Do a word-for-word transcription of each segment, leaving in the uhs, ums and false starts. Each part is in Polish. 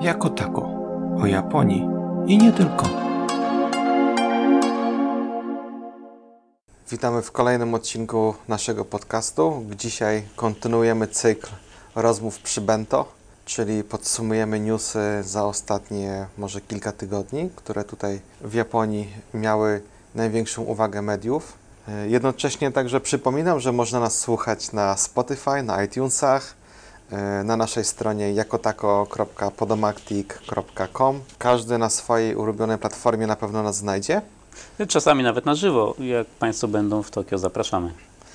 jako tako, o Japonii i nie tylko. Witamy w kolejnym odcinku naszego podcastu. Dzisiaj kontynuujemy cykl rozmów przy bento, czyli podsumujemy newsy za ostatnie może kilka tygodni, które tutaj w Japonii miały największą uwagę mediów. Jednocześnie także przypominam, że można nas słuchać na Spotify, na iTunesach, na naszej stronie jakotako kropka podomatic kropka com. Każdy na swojej ulubionej platformie na pewno nas znajdzie. Czasami nawet na żywo, jak Państwo będą w Tokio, zapraszamy.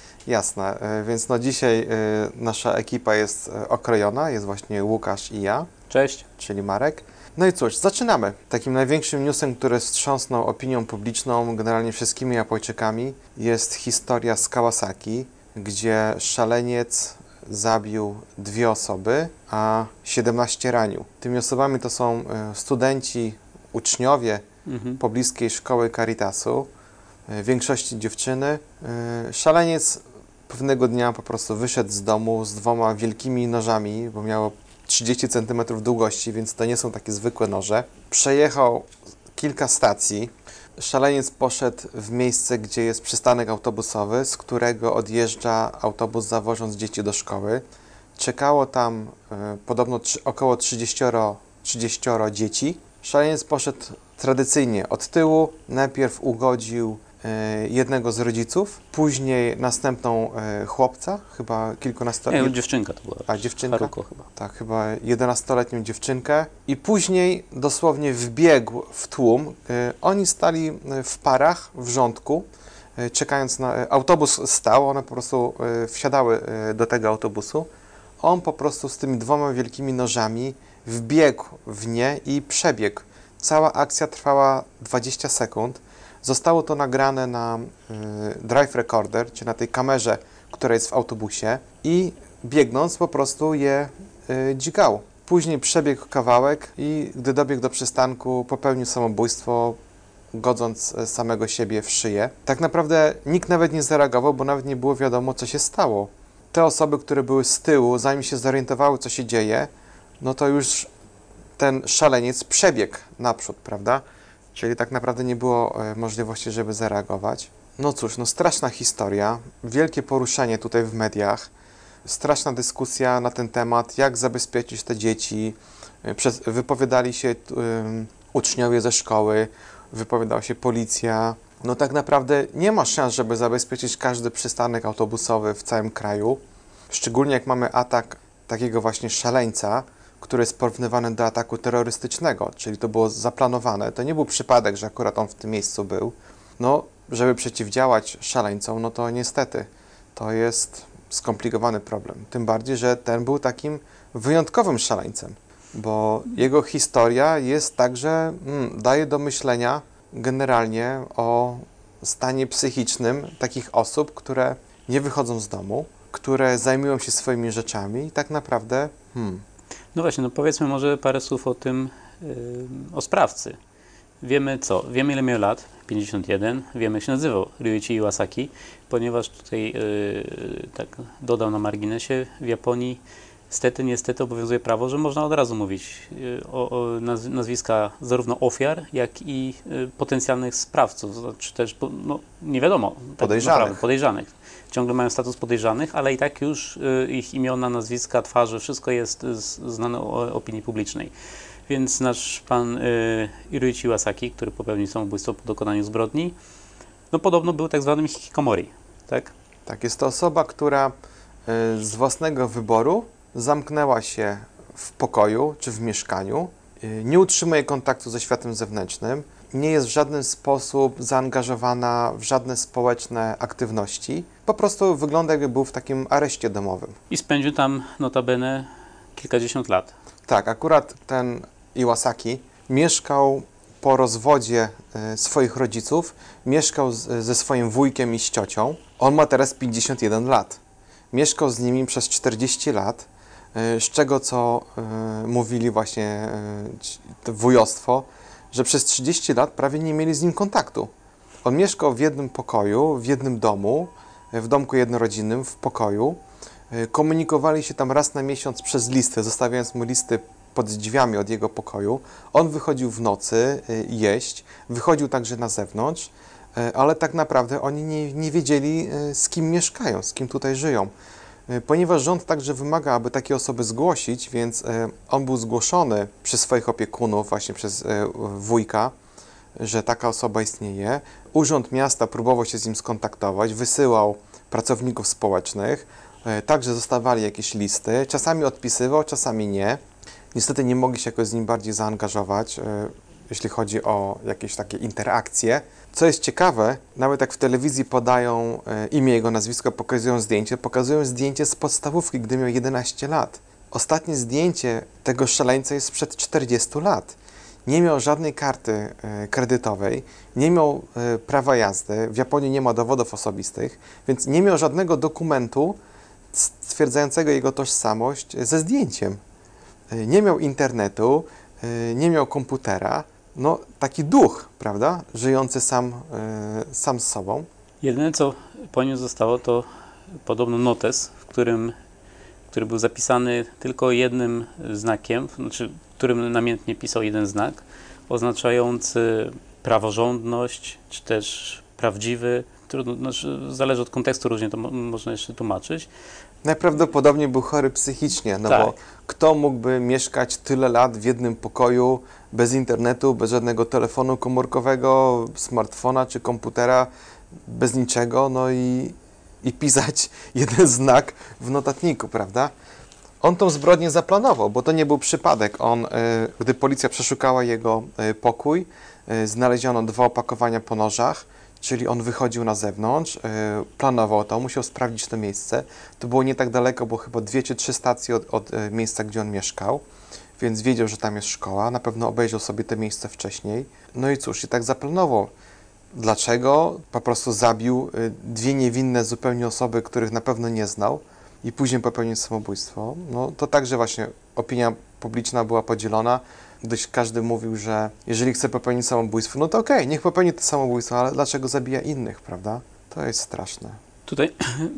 Jasne, więc no dzisiaj nasza ekipa jest okrojona, jest właśnie Łukasz i ja. Cześć. Czyli Marek. No i cóż, zaczynamy. Takim największym newsem, który wstrząsnął opinią publiczną, generalnie wszystkimi Japończykami, jest historia z Kawasaki, gdzie szaleniec zabił dwie osoby, a siedemnaście ranił. Tymi osobami to są studenci, uczniowie mhm. pobliskiej szkoły Caritasu, w większości dziewczyny. Szaleniec pewnego dnia po prostu wyszedł z domu z dwoma wielkimi nożami, bo miało trzydzieści centymetrów długości, więc to nie są takie zwykłe noże. Przejechał kilka stacji. Szaleniec poszedł w miejsce, gdzie jest przystanek autobusowy, z którego odjeżdża autobus zawożąc dzieci do szkoły. Czekało tam y, podobno trzy, około trzydzieści dzieci. Szaleniec poszedł tradycyjnie od tyłu. Najpierw ugodził y, jednego z rodziców, później następną y, chłopca, chyba kilkunastoletnią. Nie, dziewczynka to była. A, dziewczynka? Haruko chyba. Tak, chyba jedenastoletnią dziewczynkę. I później dosłownie wbiegł w tłum. Y, oni stali w parach, w rządku, y, czekając na... Y, autobus stał, one po prostu y, wsiadały y, do tego autobusu. On po prostu z tymi dwoma wielkimi nożami wbiegł w nie i przebiegł. Cała akcja trwała dwadzieścia sekund. Zostało to nagrane na y, drive recorder, czyli na tej kamerze, która jest w autobusie, i biegnąc po prostu je y, dźgał. Później przebiegł kawałek i gdy dobiegł do przystanku, popełnił samobójstwo, godząc samego siebie w szyję. Tak naprawdę nikt nawet nie zareagował, bo nawet nie było wiadomo, co się stało. Te osoby, które były z tyłu, zanim się zorientowały, co się dzieje, no to już ten szaleniec przebiegł naprzód, prawda? Czyli tak naprawdę nie było e, możliwości, żeby zareagować. No cóż, no straszna historia, wielkie poruszenie tutaj w mediach, straszna dyskusja na ten temat, jak zabezpieczyć te dzieci. Przez, wypowiadali się y, uczniowie ze szkoły, wypowiadała się policja. No tak naprawdę nie ma szans, żeby zabezpieczyć każdy przystanek autobusowy w całym kraju. Szczególnie jak mamy atak takiego właśnie szaleńca, który jest porównywany do ataku terrorystycznego, czyli to było zaplanowane. To nie był przypadek, że akurat on w tym miejscu był. No, żeby przeciwdziałać szaleńcom, no to niestety to jest skomplikowany problem. Tym bardziej, że ten był takim wyjątkowym szaleńcem, bo jego historia jest także, mm, daje do myślenia generalnie o stanie psychicznym takich osób, które nie wychodzą z domu, które zajmują się swoimi rzeczami i tak naprawdę... Hmm, No właśnie, no powiedzmy może parę słów o tym, yy, o sprawcy. Wiemy co? Wiemy, ile miał lat, pięćdziesiąt jeden, wiemy, jak się nazywał, Ryuichi Iwasaki, ponieważ tutaj, yy, tak dodał na marginesie, w Japonii stety, niestety obowiązuje prawo, że można od razu mówić yy, o, o nazwiska zarówno ofiar, jak i yy, potencjalnych sprawców, czy też, no nie wiadomo, tak podejrzanych. Naprawdę, podejrzanych. Ciągle mają status podejrzanych, ale i tak już y, ich imiona, nazwiska, twarze, wszystko jest z, znane o, opinii publicznej. Więc nasz pan y, Ryuichi Iwasaki, który popełnił samobójstwo po dokonaniu zbrodni, no podobno był tak zwanym hikikomori, tak? Tak, jest to osoba, która y, z własnego wyboru zamknęła się w pokoju czy w mieszkaniu, y, nie utrzymuje kontaktu ze światem zewnętrznym, nie jest w żaden sposób zaangażowana w żadne społeczne aktywności. Po prostu wygląda, jakby był w takim areszcie domowym. I spędził tam notabene kilkadziesiąt lat. Tak, akurat ten Iwasaki mieszkał po rozwodzie y, swoich rodziców, mieszkał z, ze swoim wujkiem i z ciocią. On ma teraz pięćdziesiąt jeden lat. Mieszkał z nimi przez czterdzieści lat, y, z czego co y, mówili właśnie y, to wujostwo, że przez trzydzieści lat prawie nie mieli z nim kontaktu. On mieszkał w jednym pokoju, w jednym domu, w domku jednorodzinnym, w pokoju. Komunikowali się tam raz na miesiąc przez listy, zostawiając mu listy pod drzwiami od jego pokoju. On wychodził w nocy y, jeść, wychodził także na zewnątrz, y, ale tak naprawdę oni nie, nie wiedzieli, y, z kim mieszkają, z kim tutaj żyją. Y, ponieważ rząd także wymaga, aby takie osoby zgłosić, więc y, on był zgłoszony przez swoich opiekunów, właśnie przez y, wujka, że taka osoba istnieje. Urząd Miasta próbował się z nim skontaktować, wysyłał pracowników społecznych, y, także zostawali jakieś listy, czasami odpisywał, czasami nie. Niestety nie mogli się jakoś z nim bardziej zaangażować, y, jeśli chodzi o jakieś takie interakcje. Co jest ciekawe, nawet jak w telewizji podają y, imię, jego nazwisko, pokazują zdjęcie, pokazują zdjęcie z podstawówki, gdy miał jedenaście lat. Ostatnie zdjęcie tego szaleńca jest sprzed czterdziestu lat. Nie miał żadnej karty y, kredytowej, nie miał y, prawa jazdy, w Japonii nie ma dowodów osobistych, więc nie miał żadnego dokumentu stwierdzającego jego tożsamość ze zdjęciem. Y, nie miał internetu, y, nie miał komputera. No, taki duch, prawda, żyjący sam, y, sam z sobą. Jedyne, co po nim zostało, to podobno notes, w którym, który był zapisany tylko jednym znakiem, znaczy, którym namiętnie pisał jeden znak, oznaczający praworządność, czy też prawdziwy. Trudno, znaczy, zależy od kontekstu, różnie to mo można jeszcze tłumaczyć. Najprawdopodobniej był chory psychicznie, no tak. bo kto mógłby mieszkać tyle lat w jednym pokoju, bez internetu, bez żadnego telefonu komórkowego, smartfona czy komputera, bez niczego, no i, i pisać jeden znak w notatniku, prawda? On tą zbrodnię zaplanował, bo to nie był przypadek. On, y, gdy policja przeszukała jego y, pokój, y, znaleziono dwa opakowania po nożach, czyli on wychodził na zewnątrz, y, planował to, musiał sprawdzić to miejsce. To było nie tak daleko, bo chyba dwie czy trzy stacje od, od y, miejsca, gdzie on mieszkał, więc wiedział, że tam jest szkoła, na pewno obejrzał sobie to miejsce wcześniej. No i cóż, i tak zaplanował. Dlaczego? Po prostu zabił y, dwie niewinne zupełnie osoby, których na pewno nie znał i później popełnił samobójstwo. No to także właśnie opinia publiczna była podzielona, gdyż każdy mówił, że jeżeli chce popełnić samobójstwo, no to okej, okay, niech popełni to samobójstwo, ale dlaczego zabija innych, prawda? To jest straszne. Tutaj,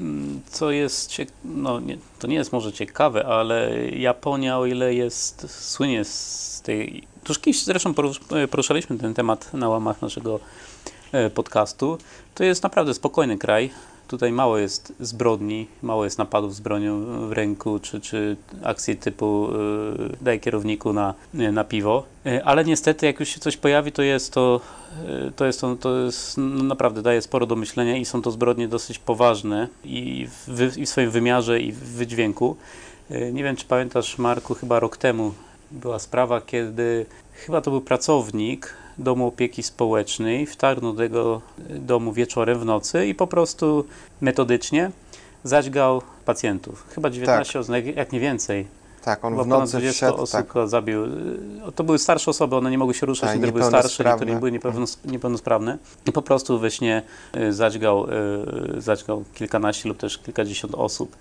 co jest, no nie, to nie jest może ciekawe, ale Japonia, o ile jest, słynie z tej, tuż kiedyś zresztą poruszaliśmy ten temat na łamach naszego podcastu, to jest naprawdę spokojny kraj. Tutaj mało jest zbrodni, mało jest napadów z bronią w ręku, czy, czy akcji typu yy, daj kierowniku na, na piwo. Yy, ale niestety, jak już się coś pojawi, to jest to, yy, to, jest to, to jest, no naprawdę daje sporo do myślenia i są to zbrodnie dosyć poważne i w, i w swoim wymiarze, i w wydźwięku. Yy, nie wiem, czy pamiętasz, Marku, chyba rok temu była sprawa, kiedy chyba to był pracownik Domu Opieki Społecznej, wtargnął do tego domu wieczorem w nocy i po prostu metodycznie zadźgał pacjentów. Chyba dziewiętnaście tak. osób, jak nie więcej. Tak, on Chyba w nocy dwadzieścia wszedł, osób tak. zabił. To były starsze osoby, one nie mogły się ruszać, tak, niektóre były starsze, niektóre były niepełnosprawne. I po prostu we śnie zadźgał, zadźgał kilkanaście lub też kilkadziesiąt osób.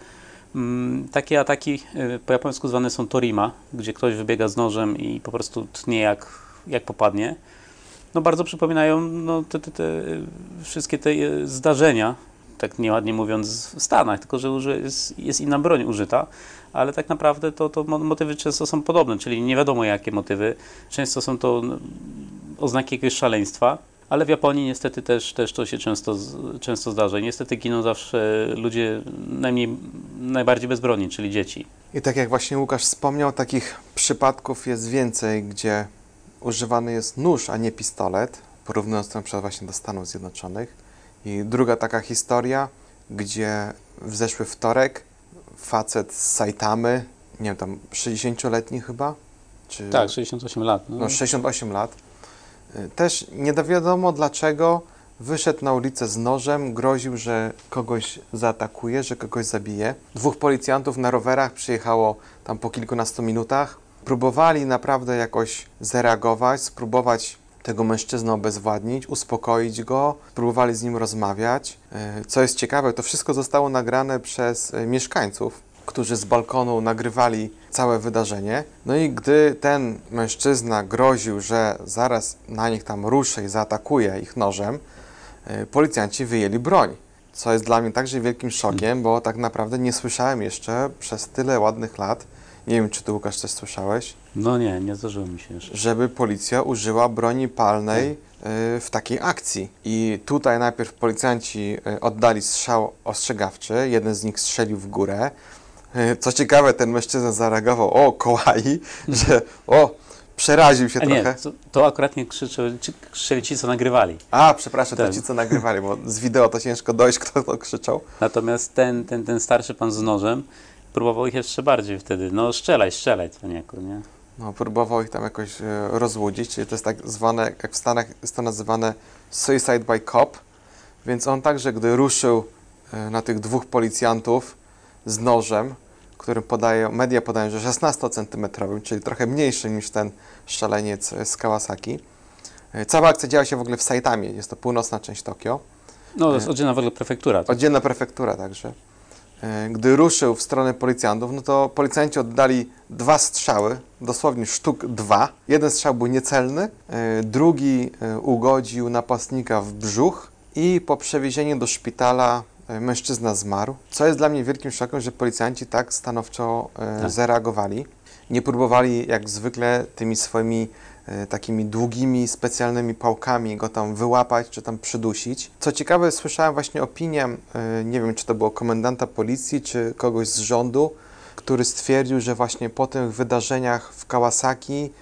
Takie ataki po japońsku zwane są torima, gdzie ktoś wybiega z nożem i po prostu tnie jak, jak popadnie. No bardzo przypominają no, te, te, te wszystkie te zdarzenia, tak nieładnie mówiąc, w Stanach, tylko że jest, jest inna broń użyta, ale tak naprawdę to, to motywy często są podobne, czyli nie wiadomo jakie motywy. Często są to oznaki jakiegoś szaleństwa, ale w Japonii niestety też, też to się często, często zdarza. I niestety giną zawsze ludzie najmniej, najbardziej bezbronni, czyli dzieci. I tak jak właśnie Łukasz wspomniał, takich przypadków jest więcej, gdzie używany jest nóż, a nie pistolet, porównując to na przykład właśnie do Stanów Zjednoczonych. I druga taka historia, gdzie w zeszły wtorek facet z Saitamy, nie wiem, tam sześćdziesięcioletni chyba? Czy... Tak, sześćdziesiąt osiem lat. No. no sześćdziesiąt osiem lat. Też nie wiadomo dlaczego wyszedł na ulicę z nożem, groził, że kogoś zaatakuje, że kogoś zabije. Dwóch policjantów na rowerach przyjechało tam po kilkunastu minutach. Próbowali naprawdę jakoś zareagować, spróbować tego mężczyznę obezwładnić, uspokoić go, próbowali z nim rozmawiać. Co jest ciekawe, to wszystko zostało nagrane przez mieszkańców, którzy z balkonu nagrywali całe wydarzenie. No i gdy ten mężczyzna groził, że zaraz na nich tam ruszy i zaatakuje ich nożem, policjanci wyjęli broń. Co jest dla mnie także wielkim szokiem, bo tak naprawdę nie słyszałem jeszcze przez tyle ładnych lat nie wiem, czy ty, Łukasz, coś słyszałeś, No nie, nie zdarzyło mi się jeszcze. żeby policja użyła broni palnej y, w takiej akcji. I tutaj najpierw policjanci y, oddali strzał ostrzegawczy, jeden z nich strzelił w górę. Y, Co ciekawe, ten mężczyzna zareagował, o, kołaj, że o, przeraził się A trochę. nie, to, to akurat nie krzyczą, ci- krzyczeli ci, co nagrywali. A, przepraszam, to Tak. ci, co nagrywali, bo z wideo to ciężko dojść, kto to krzyczał. Natomiast ten, ten, ten starszy pan z nożem próbował ich jeszcze bardziej wtedy. No strzelaj, strzelaj, to nie, nie? No, próbował ich tam jakoś e, rozłudzić, czyli to jest tak zwane, jak w Stanach jest to nazywane suicide by cop, więc on także, gdy ruszył e, na tych dwóch policjantów z nożem, którym podają, media podają, że szesnastocentymetrowym, czyli trochę mniejszy niż ten szaleniec z Kawasaki. E, Cała akcja działa się w ogóle w Saitamie, jest to północna część Tokio, No, to jest oddzielna w ogóle prefektura. To oddzielna prefektura także. E, Gdy ruszył w stronę policjantów, no to policjanci oddali dwa strzały, dosłownie sztuk dwa. Jeden strzał był niecelny, e, drugi e, ugodził napastnika w brzuch i po przewiezieniu do szpitala e, mężczyzna zmarł. Co jest dla mnie wielkim szokiem, że policjanci tak stanowczo e, Tak. zareagowali. Nie próbowali jak zwykle tymi swoimi e, takimi długimi, specjalnymi pałkami go tam wyłapać czy tam przydusić. Co ciekawe, słyszałem właśnie opinię, e, nie wiem, czy to było komendanta policji, czy kogoś z rządu, który stwierdził, że właśnie po tych wydarzeniach w Kawasaki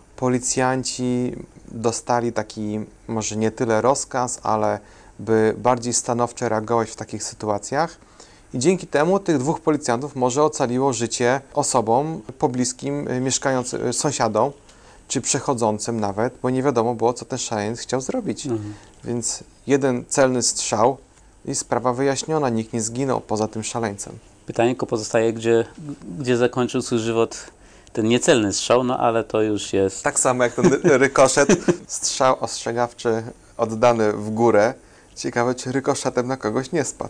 policjanci dostali taki, może nie tyle rozkaz, ale by bardziej stanowczo reagować w takich sytuacjach. I dzięki temu tych dwóch policjantów może ocaliło życie osobom pobliskim, y, mieszkającym, y, sąsiadom, czy przechodzącym nawet, bo nie wiadomo było, co ten szaleniec chciał zrobić. Mhm. Więc jeden celny strzał i sprawa wyjaśniona, nikt nie zginął poza tym szaleńcem. pytanie tylko pozostaje, gdzie, gdzie zakończył swój żywot ten niecelny strzał, no ale to już jest... Tak samo jak ten rykoszet, strzał ostrzegawczy oddany w górę. Ciekawe, czy rykoszetem na kogoś nie spadł.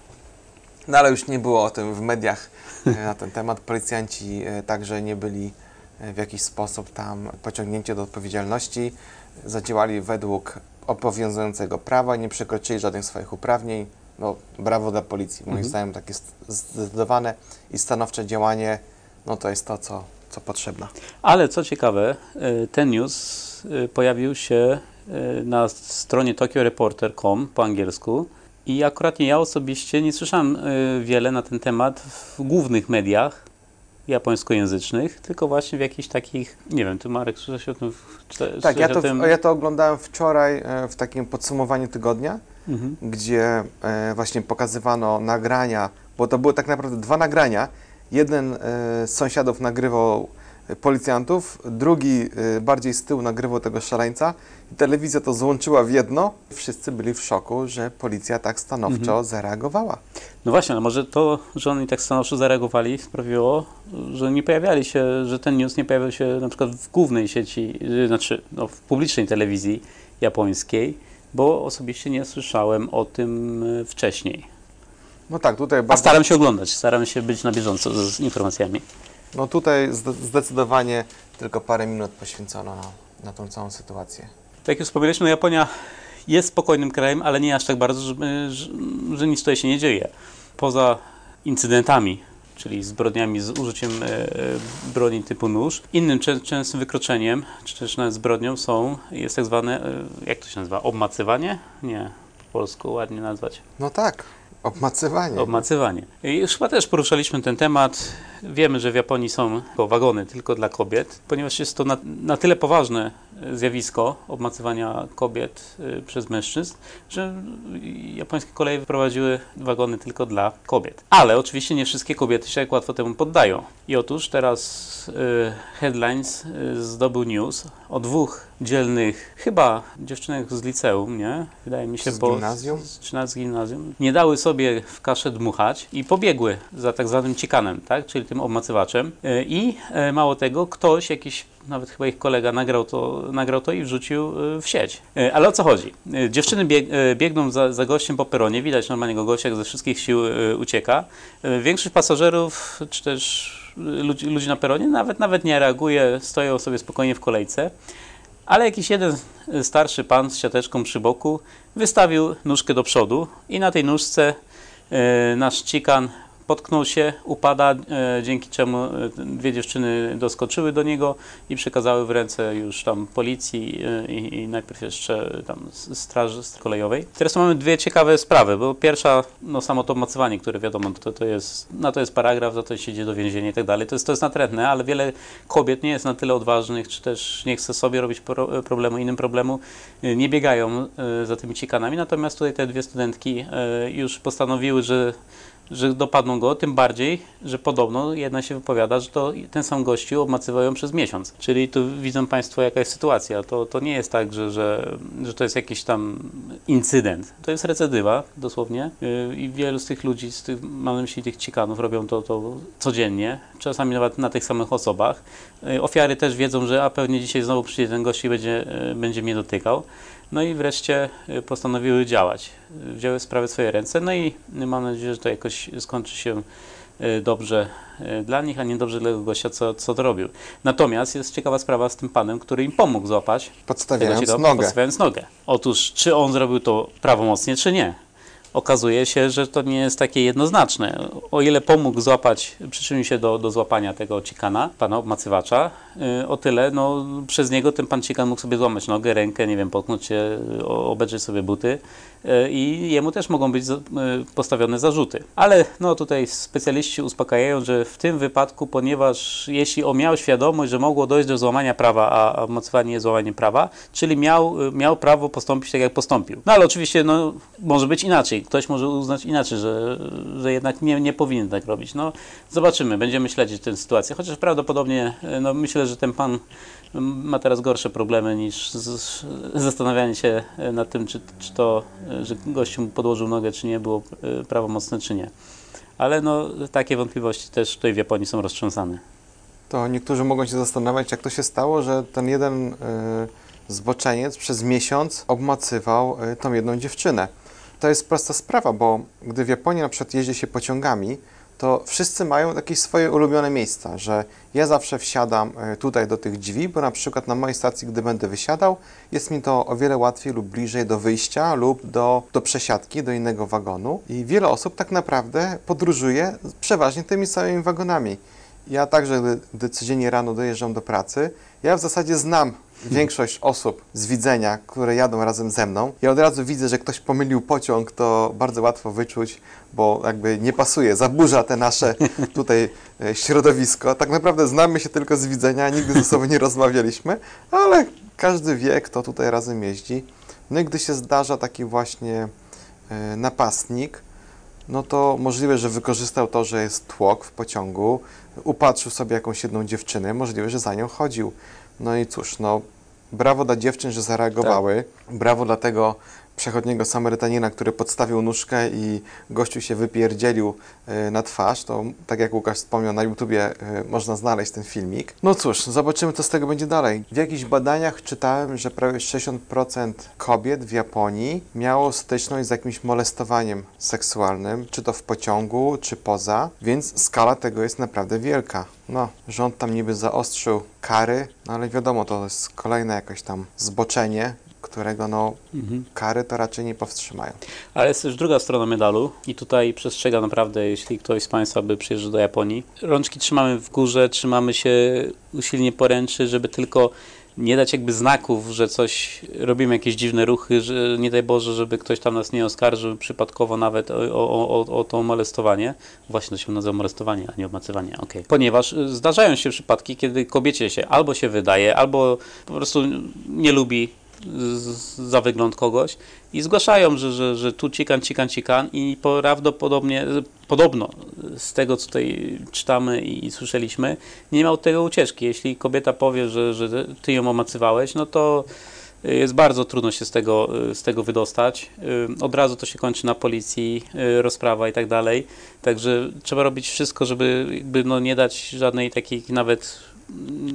No ale już nie było o tym w mediach e, na ten temat. Policjanci e, także nie byli e, w jakiś sposób tam pociągnięci do odpowiedzialności. Zadziałali według obowiązującego prawa, nie przekroczyli żadnych swoich uprawnień. No, brawo dla policji. Moim Mhm. zdaniem takie zdecydowane i stanowcze działanie, no to jest to, co, co potrzebne. Ale co ciekawe, y, ten news y, pojawił się y, na stronie tokyo reporter kropka com po angielsku i akurat ja osobiście nie słyszałem y, wiele na ten temat w głównych mediach japońskojęzycznych, tylko właśnie w jakichś takich, nie wiem, ty Marek słyszałeś o tym? W, czy, Tak, ja o to, tym? ja to oglądałem wczoraj e, w takim podsumowaniu tygodnia, Mhm. gdzie e, właśnie pokazywano nagrania, bo to były tak naprawdę dwa nagrania. Jeden e, z sąsiadów nagrywał policjantów, drugi e, bardziej z tyłu nagrywał tego szaleńca i telewizja to złączyła w jedno. Wszyscy byli w szoku, że policja tak stanowczo Mhm. zareagowała. No właśnie, ale może to, że oni tak stanowczo zareagowali, sprawiło, że nie pojawiali się, że ten news nie pojawił się na przykład w głównej sieci, y, znaczy no, w publicznej telewizji japońskiej, bo osobiście nie słyszałem o tym y, wcześniej. No tak, tutaj A bardzo, staram się oglądać, staram się być na bieżąco z, z informacjami. no tutaj zde- zdecydowanie tylko parę minut poświęcono na, na tą całą sytuację. Tak jak już wspomnieliśmy, no Japonia jest spokojnym krajem, ale nie aż tak bardzo, że, że, że nic tutaj się nie dzieje. Poza incydentami, czyli zbrodniami z użyciem e, e, broni typu nóż, innym czę, częstym wykroczeniem, czy też nawet zbrodnią są, jest tak zwane, e, jak to się nazywa, obmacywanie? Nie, po polsku ładnie nazwać. No tak, obmacywanie. Obmacywanie. I już chyba też poruszaliśmy ten temat. Wiemy, że w Japonii są wagony tylko dla kobiet, ponieważ jest to na, na tyle poważne zjawisko obmacywania kobiet y, przez mężczyzn, że japońskie koleje wyprowadziły wagony tylko dla kobiet. Ale oczywiście nie wszystkie kobiety się tak łatwo temu poddają. I otóż teraz y, Headlines y, zdobył news o dwóch dzielnych, chyba dziewczynek z liceum, nie? Wydaje mi się, Z bo gimnazjum? Z, czy nawet z gimnazjum. Nie dały sobie w kaszę dmuchać i pobiegły za tak zwanym ciekanem, tak? Czyli tym obmacywaczem. Y, I y, mało tego, ktoś, jakiś nawet chyba ich kolega nagrał to, nagrał to i wrzucił y, w sieć. Y, Ale o co chodzi? Y, Dziewczyny bieg, y, biegną za, za gościem po peronie, widać normalnie go gościa, jak ze wszystkich sił y, ucieka. Y, Większość pasażerów, czy też ludzi, ludzi na peronie nawet, nawet nie reaguje, stoją sobie spokojnie w kolejce. Ale jakiś jeden starszy pan z siateczką przy boku wystawił nóżkę do przodu i na tej nóżce y, nasz cikan potknął się, upada, e, dzięki czemu e, dwie dziewczyny doskoczyły do niego i przekazały w ręce już tam policji e, i, i najpierw jeszcze tam straży kolejowej. Teraz mamy dwie ciekawe sprawy, bo pierwsza, no samo to mocowanie, które wiadomo, to, to jest, no to jest paragraf, za to się idzie do więzienia i tak dalej. To jest, to jest natrętne, ale wiele kobiet nie jest na tyle odważnych, czy też nie chce sobie robić pro, problemu, innym problemu, e, nie biegają e, za tymi cikanami, natomiast tutaj te dwie studentki e, już postanowiły, że że dopadną go, tym bardziej, że podobno jedna się wypowiada, że to ten sam gościu obmacywał ją przez miesiąc. Czyli tu widzą Państwo, jaka jest sytuacja. To, to nie jest tak, że, że, że to jest jakiś tam incydent. To jest recydywa, dosłownie. Yy, I wielu z tych ludzi, z tych, mam na myśli tych cikanów, robią to, to codziennie, czasami nawet na tych samych osobach. Yy, ofiary też wiedzą, że a pewnie dzisiaj znowu przyjdzie ten gość i będzie, yy, będzie mnie dotykał. No i wreszcie postanowiły działać. Wzięły sprawę w swoje ręce, no i mam nadzieję, że to jakoś skończy się dobrze dla nich, a nie dobrze dla gościa, co, co to robił. Natomiast jest ciekawa sprawa z tym panem, który im pomógł złapać. Podstawiając tego, nogę. Podstawiając nogę. Otóż, czy on zrobił to prawomocnie, czy nie? Okazuje się, że to nie jest takie jednoznaczne. O ile pomógł złapać, przyczynił się do, do złapania tego cikana, pana obmacywacza, yy, o tyle no, przez niego ten pan cikan mógł sobie złamać nogę, rękę, nie wiem, potknąć się, obedrzeć sobie buty yy, i jemu też mogą być yy, postawione zarzuty. Ale no, tutaj specjaliści uspokajają, że w tym wypadku, ponieważ jeśli on miał świadomość, że mogło dojść do złamania prawa, a, a obmacywanie jest złamaniem prawa, czyli miał, miał prawo postąpić tak, jak postąpił. No ale oczywiście no, może być inaczej. Ktoś może uznać inaczej, że, że jednak nie, nie powinien tak robić. No, zobaczymy, będziemy śledzić tę sytuację, chociaż prawdopodobnie no, myślę, że ten pan ma teraz gorsze problemy niż z, z, zastanawianie się nad tym, czy, czy to, że gościu mu podłożył nogę, czy nie, było prawomocne, czy nie. Ale no, takie wątpliwości też tutaj w Japonii są roztrząsane. To niektórzy mogą się zastanawiać, jak to się stało, że ten jeden y, zboczeniec przez miesiąc obmacywał y, tą jedną dziewczynę. To jest prosta sprawa, bo gdy w Japonii na przykład jeździ się pociągami, to wszyscy mają jakieś swoje ulubione miejsca, że ja zawsze wsiadam tutaj do tych drzwi, bo na przykład na mojej stacji, gdy będę wysiadał, jest mi to o wiele łatwiej lub bliżej do wyjścia lub do, do przesiadki, do innego wagonu. I wiele osób tak naprawdę podróżuje przeważnie tymi samymi wagonami. Ja także, gdy, gdy codziennie rano dojeżdżam do pracy, ja w zasadzie znam większość osób z widzenia, które jadą razem ze mną. Ja od razu widzę, że ktoś pomylił pociąg, to bardzo łatwo wyczuć, bo jakby nie pasuje, zaburza te nasze tutaj środowisko. Tak naprawdę znamy się tylko z widzenia, nigdy ze sobą nie rozmawialiśmy, ale każdy wie, kto tutaj razem jeździ. No i gdy się zdarza taki właśnie napastnik, no to możliwe, że wykorzystał to, że jest tłok w pociągu, upatrzył sobie jakąś jedną dziewczynę, możliwe, że za nią chodził. No i cóż, no brawo dla dziewczyn, że zareagowały, tak. Brawo dla tego przechodniego Samarytanina, który podstawił nóżkę i gościu się wypierdzielił y, na twarz. To, tak jak Łukasz wspomniał, na YouTubie y, można znaleźć ten filmik. No cóż, zobaczymy, co z tego będzie dalej. W jakichś badaniach czytałem, że prawie sześćdziesiąt procent kobiet w Japonii miało styczność z jakimś molestowaniem seksualnym, czy to w pociągu, czy poza, więc skala tego jest naprawdę wielka. No, rząd tam niby zaostrzył kary, no ale wiadomo, to jest kolejne jakieś tam zboczenie, którego no, mhm. kary to raczej nie powstrzymają. Ale jest też druga strona medalu i tutaj przestrzegam naprawdę, jeśli ktoś z Państwa by przyjeżdżał do Japonii. Rączki trzymamy w górze, trzymamy się usilnie poręczy, żeby tylko nie dać jakby znaków, że coś, robimy jakieś dziwne ruchy, że nie daj Boże, żeby ktoś tam nas nie oskarżył przypadkowo nawet o, o, o, o to molestowanie. Właśnie to się nazywa molestowanie, a nie obmacywanie. Okay. Ponieważ zdarzają się przypadki, kiedy kobiecie się albo się wydaje, albo po prostu nie lubi z, za wygląd kogoś i zgłaszają, że, że, że tu cikan, cikan, cikan i prawdopodobnie, podobno z tego, co tutaj czytamy i, i słyszeliśmy, nie ma od tego ucieczki. Jeśli kobieta powie, że, że ty ją omacywałeś, no to jest bardzo trudno się z tego, z tego wydostać. Od razu to się kończy na policji, rozprawa i tak dalej. Także trzeba robić wszystko, żeby jakby no nie dać żadnej takiej nawet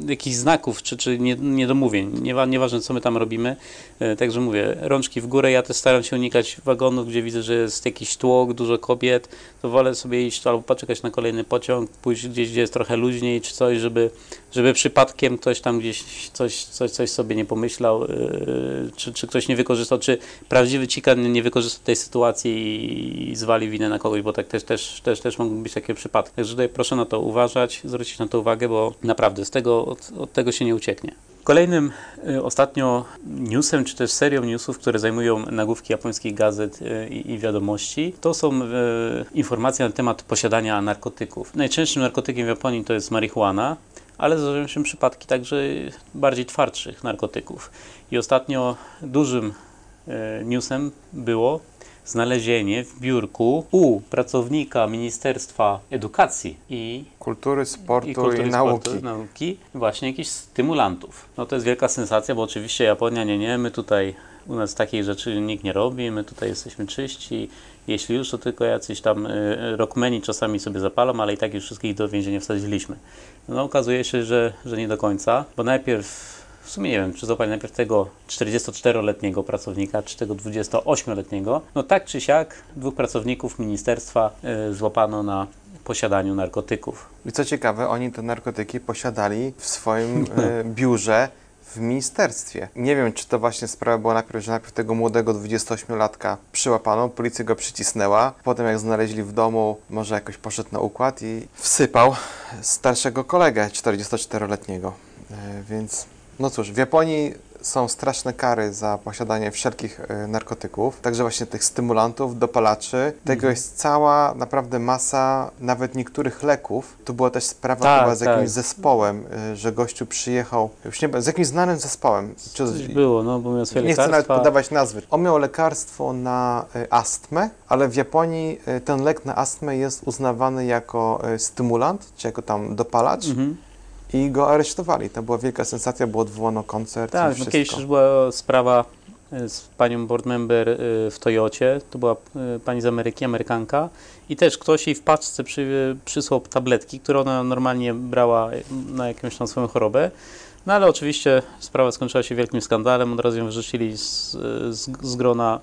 jakichś znaków, czy, czy nie, niedomówień. Nie, nieważne, co my tam robimy. E, także mówię, rączki w górę. Ja też staram się unikać wagonów, gdzie widzę, że jest jakiś tłok, dużo kobiet. To wolę sobie iść albo poczekać na kolejny pociąg, pójść gdzieś, gdzie jest trochę luźniej, czy coś, żeby, żeby przypadkiem ktoś tam gdzieś coś, coś, coś sobie nie pomyślał, e, czy, czy ktoś nie wykorzystał, czy prawdziwy cikan nie wykorzystał tej sytuacji i, i zwali winę na kogoś, bo tak też, też, też, też mogą być takie przypadki. Także tutaj proszę na to uważać, zwrócić na to uwagę, bo naprawdę z tego, od, od tego się nie ucieknie. Kolejnym y, ostatnio newsem, czy też serią newsów, które zajmują nagłówki japońskich gazet y, i wiadomości, to są y, informacje na temat posiadania narkotyków. Najczęstszym narkotykiem w Japonii to jest marihuana, ale zdarzają się przypadki także bardziej twardszych narkotyków. I ostatnio dużym y, newsem było znalezienie w biurku u pracownika Ministerstwa Edukacji i Kultury, sportu i, i, kultury, i nauki. Sportu, nauki właśnie jakichś stymulantów. No to jest wielka sensacja, bo oczywiście Japonia, nie, nie, my tutaj, u nas takich rzeczy nikt nie robi, my tutaj jesteśmy czyści, jeśli już, to tylko jacyś tam y, rockmeni czasami sobie zapalą, ale i tak już wszystkich do więzienia wsadziliśmy. No okazuje się, że, że nie do końca, bo najpierw w sumie nie wiem, czy złapali najpierw tego czterdziestoczteroletniego pracownika, czy tego dwudziestoośmioletniego. No tak czy siak dwóch pracowników ministerstwa y, złapano na posiadaniu narkotyków. I co ciekawe, oni te narkotyki posiadali w swoim e, biurze w ministerstwie. Nie wiem, czy to właśnie sprawa była najpierw, że najpierw tego młodego dwudziestoośmiolatka przyłapano, policja go przycisnęła, potem jak znaleźli w domu, może jakoś poszedł na układ i wsypał starszego kolegę czterdziestoczteroletniego. E, więc no cóż, w Japonii są straszne kary za posiadanie wszelkich e, narkotyków, także właśnie tych stymulantów, dopalaczy. Tego Mhm. jest cała naprawdę masa, nawet niektórych leków. Tu była też sprawa Tak, chyba z jakimś tak. zespołem, e, że gościu przyjechał, już nie wiem, z jakimś znanym zespołem. Czy, Coś było, no bo miał swoje nie chcę nawet lekarstwa. podawać nazwy. On miał lekarstwo na e, astmę, ale w Japonii e, ten lek na astmę jest uznawany jako e, stymulant, czy jako tam dopalacz. Mhm. I go aresztowali. To była wielka sensacja, bo odwołano koncert i Tak, no wszystko. kiedyś już była sprawa y, z panią board member y, w Toyocie, to była y, pani z Ameryki, Amerykanka i też ktoś jej w paczce przy, przysłał tabletki, które ona normalnie brała na jakąś tam swoją chorobę. No ale oczywiście sprawa skończyła się wielkim skandalem, od razu ją wyrzucili z, z, z grona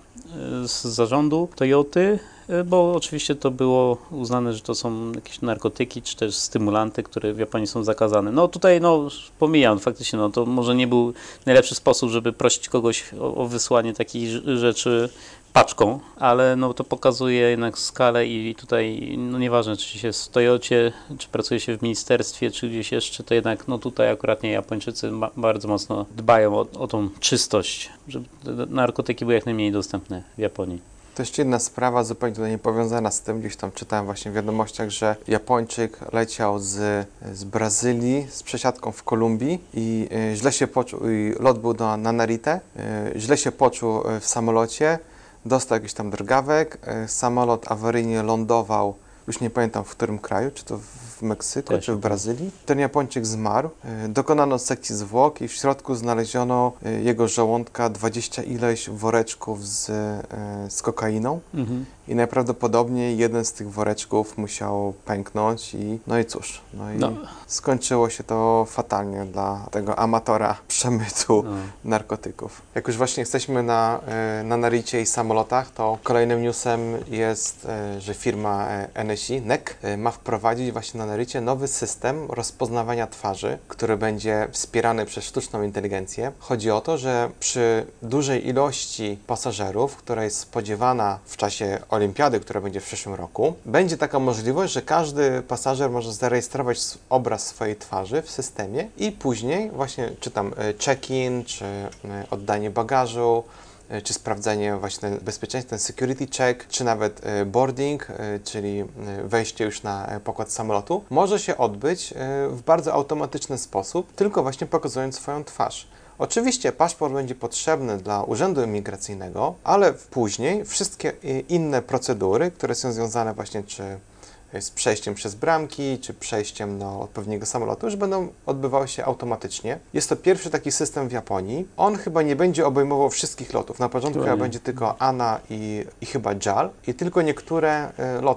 z zarządu Toyoty, bo oczywiście to było uznane, że to są jakieś narkotyki, czy też stymulanty, które w Japonii są zakazane. No tutaj, no pomijam, faktycznie, no to może nie był najlepszy sposób, żeby prosić kogoś o, o wysłanie takich rzeczy paczką, ale no to pokazuje jednak skalę i tutaj, no nieważne, czy się jest w Toyocie, czy pracuje się w ministerstwie, czy gdzieś jeszcze, to jednak, no tutaj akurat nie, Japończycy ma, bardzo mocno dbają o, o tą czystość, żeby narkotyki były jak najmniej dostępne w Japonii. To jeszcze jedna sprawa zupełnie tutaj niepowiązana z tym, gdzieś tam czytałem właśnie w wiadomościach, że Japończyk leciał z, z Brazylii z przesiadką w Kolumbii i y, źle się poczuł, i lot był do, na Naritę, y, źle się poczuł w samolocie, dostał jakiś tam drgawek, y, samolot awaryjnie lądował, już nie pamiętam w którym kraju, czy to w Meksyku, Też czy w tak. Brazylii. Ten Japończyk zmarł, y, dokonano sekcji zwłok i w środku znaleziono y, jego żołądka dwadzieścia ileś woreczków z, y, z kokainą. Mhm. I najprawdopodobniej jeden z tych woreczków musiał pęknąć i no i cóż, no i No. skończyło się to fatalnie dla tego amatora przemytu No. narkotyków. Jak już właśnie jesteśmy na, e, na Naricie i samolotach, to kolejnym newsem jest, e, że firma e, N S I, N E C, e, ma wprowadzić właśnie na Naricie nowy system rozpoznawania twarzy, który będzie wspierany przez sztuczną inteligencję. Chodzi o to, że przy dużej ilości pasażerów, która jest spodziewana w czasie olimpiady, która będzie w przyszłym roku, będzie taka możliwość, że każdy pasażer może zarejestrować obraz swojej twarzy w systemie i później właśnie czy tam check-in, czy oddanie bagażu, czy sprawdzenie właśnie bezpieczeństwa, ten security check, czy nawet boarding, czyli wejście już na pokład samolotu, może się odbyć w bardzo automatyczny sposób, tylko właśnie pokazując swoją twarz. Oczywiście paszport będzie potrzebny dla Urzędu Imigracyjnego, ale później wszystkie inne procedury, które są związane właśnie czy z przejściem przez bramki, czy przejściem do odpowiedniego samolotu, już będą odbywały się automatycznie. Jest to pierwszy taki system w Japonii. On chyba nie będzie obejmował wszystkich lotów. Na początku chyba będzie tylko A N A i, i chyba J A L i tylko niektóre y, loty